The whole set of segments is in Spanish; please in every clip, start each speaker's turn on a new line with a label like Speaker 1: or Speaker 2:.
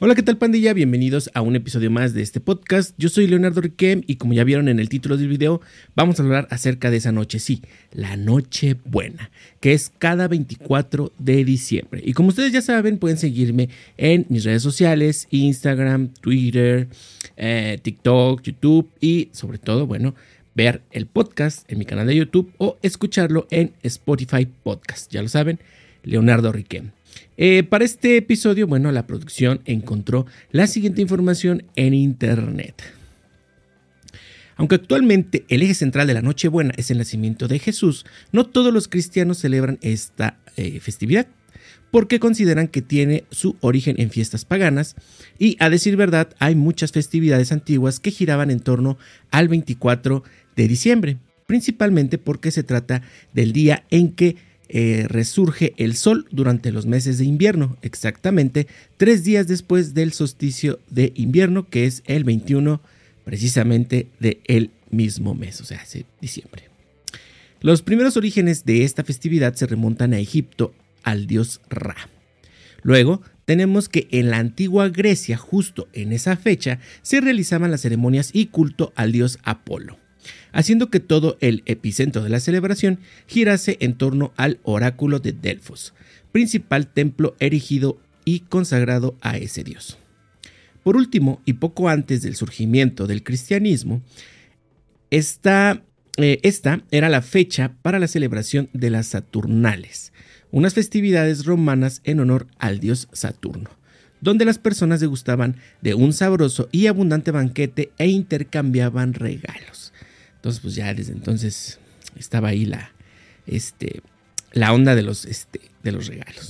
Speaker 1: Hola, ¿qué tal, pandilla? Bienvenidos a un episodio más de este podcast. Yo soy Leonardo Riquem y como ya vieron en el título del video, vamos a hablar acerca de esa noche, sí, la Nochebuena, que es cada 24 de diciembre. Y como ustedes ya saben, pueden seguirme en mis redes sociales, Instagram, Twitter, TikTok, YouTube y sobre todo, bueno, ver el podcast en mi canal de YouTube o escucharlo en Spotify Podcast. Ya lo saben, Leonardo Riquem. Para este episodio, bueno, la producción encontró la siguiente información en internet. Aunque actualmente el eje central de la Nochebuena es el nacimiento de Jesús, no todos los cristianos celebran esta festividad, porque consideran que tiene su origen en fiestas paganas y, a decir verdad, hay muchas festividades antiguas que giraban en torno al 24 de diciembre, principalmente porque se trata del día en que resurge el sol durante los meses de invierno, exactamente 3 días después del solsticio de invierno, que es el 21 precisamente del mismo mes, o sea, hace diciembre. Los primeros orígenes de esta festividad se remontan a Egipto, al dios Ra. Luego tenemos que en la antigua Grecia, justo en esa fecha, se realizaban las ceremonias y culto al dios Apolo, haciendo que todo el epicentro de la celebración girase en torno al oráculo de Delfos, principal templo erigido y consagrado a ese dios. Por último, y poco antes del surgimiento del cristianismo, esta era la fecha para la celebración de las Saturnales, unas festividades romanas en honor al dios Saturno, donde las personas degustaban de un sabroso y abundante banquete e intercambiaban regalos. Entonces, pues ya desde entonces estaba ahí la onda de los regalos.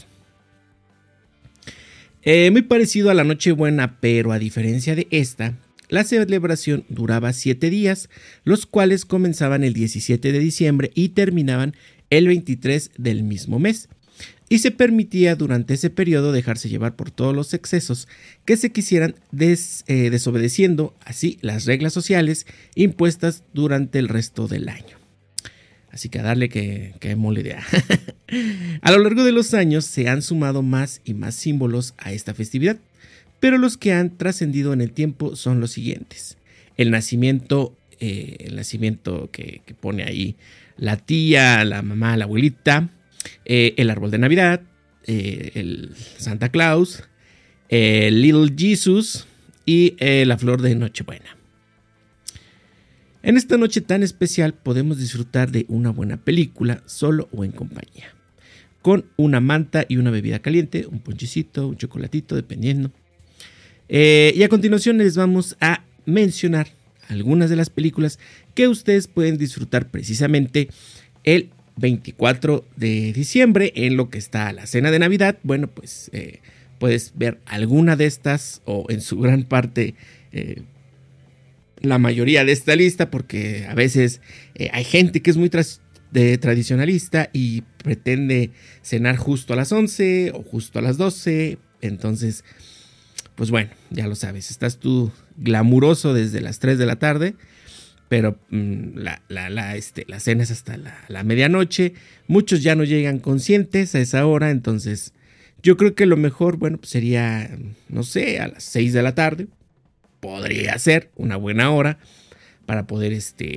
Speaker 1: Muy parecido a la Nochebuena, pero a diferencia de esta, la celebración duraba 7 días, los cuales comenzaban el 17 de diciembre y terminaban el 23 del mismo mes. Y se permitía durante ese periodo dejarse llevar por todos los excesos que se quisieran, desobedeciendo así las reglas sociales impuestas durante el resto del año. Así que a darle que mole idea. A lo largo de los años se han sumado más y más símbolos a esta festividad, pero los que han trascendido en el tiempo son los siguientes. El nacimiento que pone ahí la tía, la mamá, la abuelita, el árbol de Navidad, el Santa Claus, el Little Jesus y la flor de Nochebuena. En esta noche tan especial podemos disfrutar de una buena película solo o en compañía, con una manta y una bebida caliente, un ponchecito, un chocolatito, dependiendo. Y a continuación les vamos a mencionar algunas de las películas que ustedes pueden disfrutar precisamente el 24 de diciembre en lo que está la cena de Navidad. Bueno, pues puedes ver alguna de estas o en su gran parte la mayoría de esta lista, porque a veces hay gente que es muy tradicionalista y pretende cenar justo a las 11 o justo a las 12. Entonces, pues bueno, ya lo sabes, estás tú glamuroso desde las 3 de la tarde. Pero la cena es hasta la medianoche. Muchos ya no llegan conscientes a esa hora. Entonces yo creo que lo mejor, bueno, pues sería, no sé, a las 6 de la tarde. Podría ser una buena hora para poder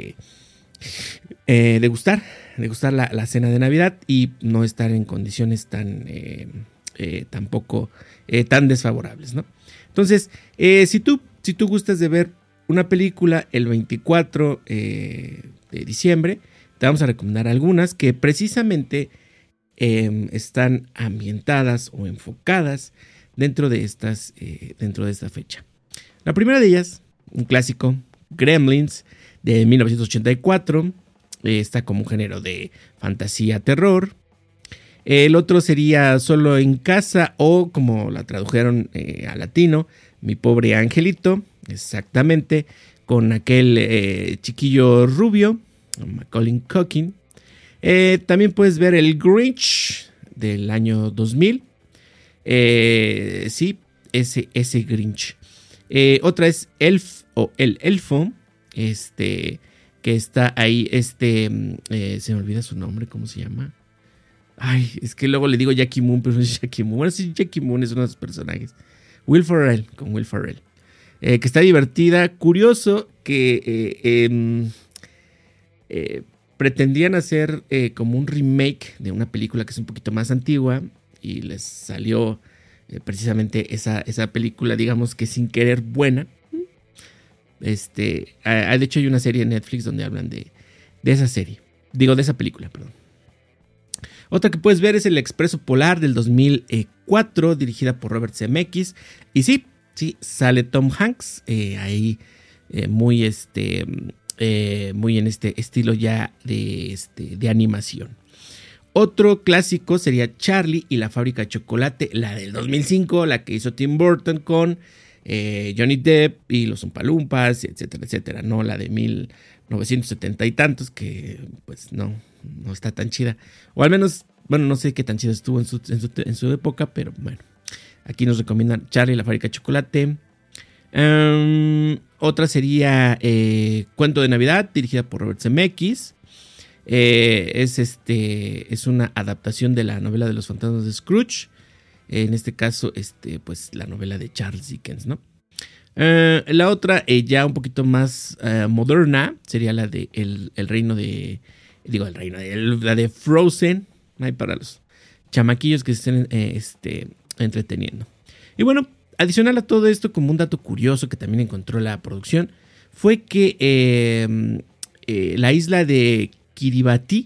Speaker 1: degustar la cena de Navidad y no estar en condiciones tampoco tan desfavorables, ¿no? Entonces, si tú gustas de ver una película el 24 de diciembre, te vamos a recomendar algunas que precisamente están ambientadas o enfocadas dentro de esta fecha. La primera de ellas, un clásico, Gremlins, de 1984, está como un género de fantasía-terror. El otro sería Solo en Casa, o como la tradujeron a latino, Mi Pobre Angelito, exactamente, con aquel chiquillo rubio, Macaulay Culkin. También puedes ver el Grinch del año 2000. Sí, ese Grinch. Otra es Elf o El Elfo, que está ahí, se me olvida su nombre, ¿cómo se llama? Ay, es que luego le digo Jackie Moon, pero no es Jackie Moon. Bueno, sí, Jackie Moon es uno de los personajes. Will Ferrell, que está divertida. Curioso que pretendían hacer como un remake de una película que es un poquito más antigua y les salió precisamente esa película, digamos que sin querer buena. De hecho hay una serie en Netflix donde hablan de esa serie, de esa película, perdón. Otra que puedes ver es El Expreso Polar del 2004, dirigida por Robert Zemeckis. Y sí, sale Tom Hanks ahí muy en este estilo ya de animación. Otro clásico sería Charlie y la fábrica de chocolate, la del 2005, la que hizo Tim Burton con Johnny Depp y los Oompa Loompas, etcétera, etcétera. No la de 1970 y tantos, que pues no está tan chida. O al menos, bueno, no sé qué tan chida estuvo en su época, pero bueno. Aquí nos recomiendan Charlie y la fábrica de chocolate. Otra sería Cuento de Navidad, dirigida por Robert Zemeckis. Es una adaptación de la novela de los fantasmas de Scrooge. En este caso, pues la novela de Charles Dickens, ¿no? La otra, ya un poquito más moderna, sería la de la de Frozen. Ay, para los chamaquillos que se estén entreteniendo. Y bueno, adicional a todo esto, como un dato curioso que también encontró la producción, fue que la isla de Kiribati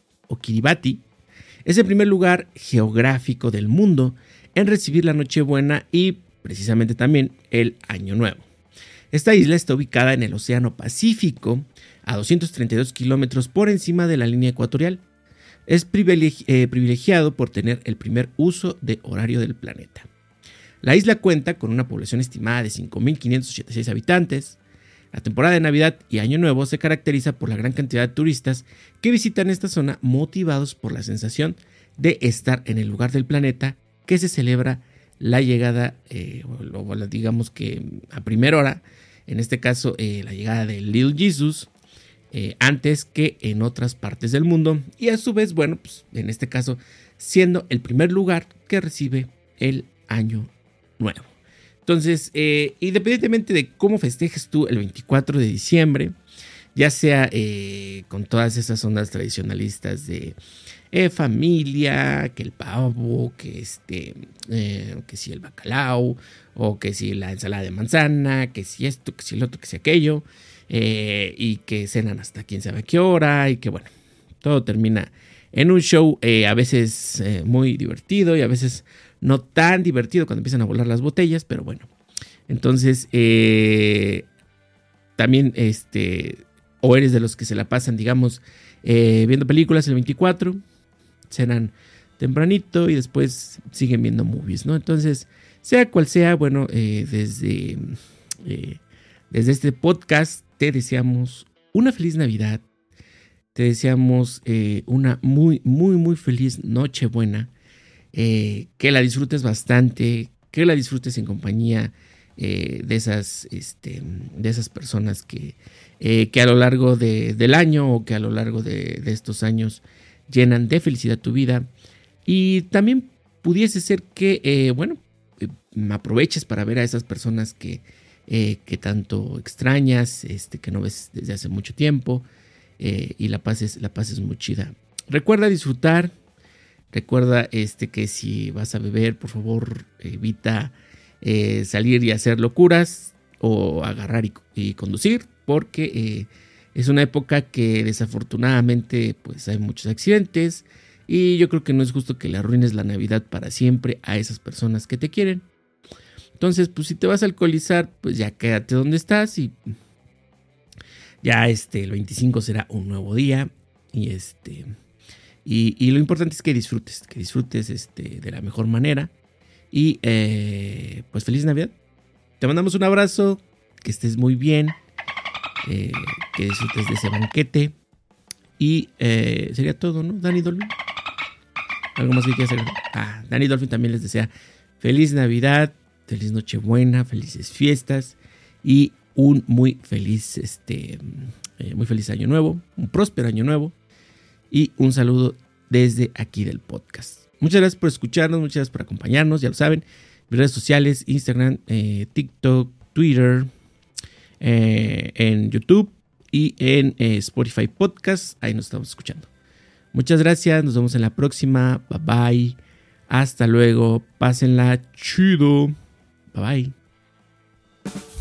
Speaker 1: es el primer lugar geográfico del mundo en recibir la Nochebuena y precisamente también el Año Nuevo. Esta isla está ubicada en el Océano Pacífico, a 232 kilómetros por encima de la línea ecuatorial. Es privilegiado por tener el primer uso de horario del planeta. La isla cuenta con una población estimada de 5.586 habitantes. La temporada de Navidad y Año Nuevo se caracteriza por la gran cantidad de turistas que visitan esta zona, motivados por la sensación de estar en el lugar del planeta que se celebra la llegada, digamos que a primera hora, en este caso la llegada de Little Jesus, antes que en otras partes del mundo, y a su vez, bueno, pues en este caso siendo el primer lugar que recibe el Año Nuevo. Entonces, independientemente de cómo festejes tú el 24 de diciembre, ya sea con todas esas ondas tradicionalistas de familia, que el pavo, que si el bacalao, o que si la ensalada de manzana, que si esto, que si el otro, que si aquello, y que cenan hasta quién sabe a qué hora, y que bueno, todo termina en un show a veces muy divertido y a veces no tan divertido cuando empiezan a volar las botellas, pero bueno. Entonces, también, o eres de los que se la pasan, digamos, viendo películas el 24, cenan tempranito y después siguen viendo movies, ¿no? Entonces, sea cual sea, bueno, desde este podcast te deseamos una feliz Navidad, te deseamos una muy, muy, muy feliz Nochebuena. Que la disfrutes bastante, que la disfrutes en compañía de esas personas que a lo largo del año o que a lo largo de estos años llenan de felicidad tu vida. Y también pudiese ser que, aproveches para ver a esas personas que tanto extrañas, que no ves desde hace mucho tiempo, y la pases muy chida. Recuerda disfrutar. Recuerda que si vas a beber, por favor, evita salir y hacer locuras o agarrar y conducir, porque es una época que desafortunadamente pues hay muchos accidentes y yo creo que no es justo que le arruines la Navidad para siempre a esas personas que te quieren. Entonces, pues si te vas a alcoholizar, pues ya quédate donde estás y ya el 25 será un nuevo día y lo importante es que disfrutes de la mejor manera. Y pues feliz Navidad. Te mandamos un abrazo. Que estés muy bien. Que disfrutes de ese banquete. Y sería todo, ¿no? Danny Dolphin. ¿Algo más que quieras hacer? Danny Dolphin también les desea feliz Navidad, feliz Nochebuena, felices fiestas. Y un muy feliz Año Nuevo. Un próspero Año Nuevo. Y un saludo desde aquí del podcast. Muchas gracias por escucharnos, muchas gracias por acompañarnos, ya lo saben. redes sociales, Instagram, TikTok, Twitter, en YouTube y en Spotify Podcast. Ahí nos estamos escuchando. Muchas gracias, nos vemos en la próxima. Bye bye. Hasta luego. Pásenla chido. Bye bye.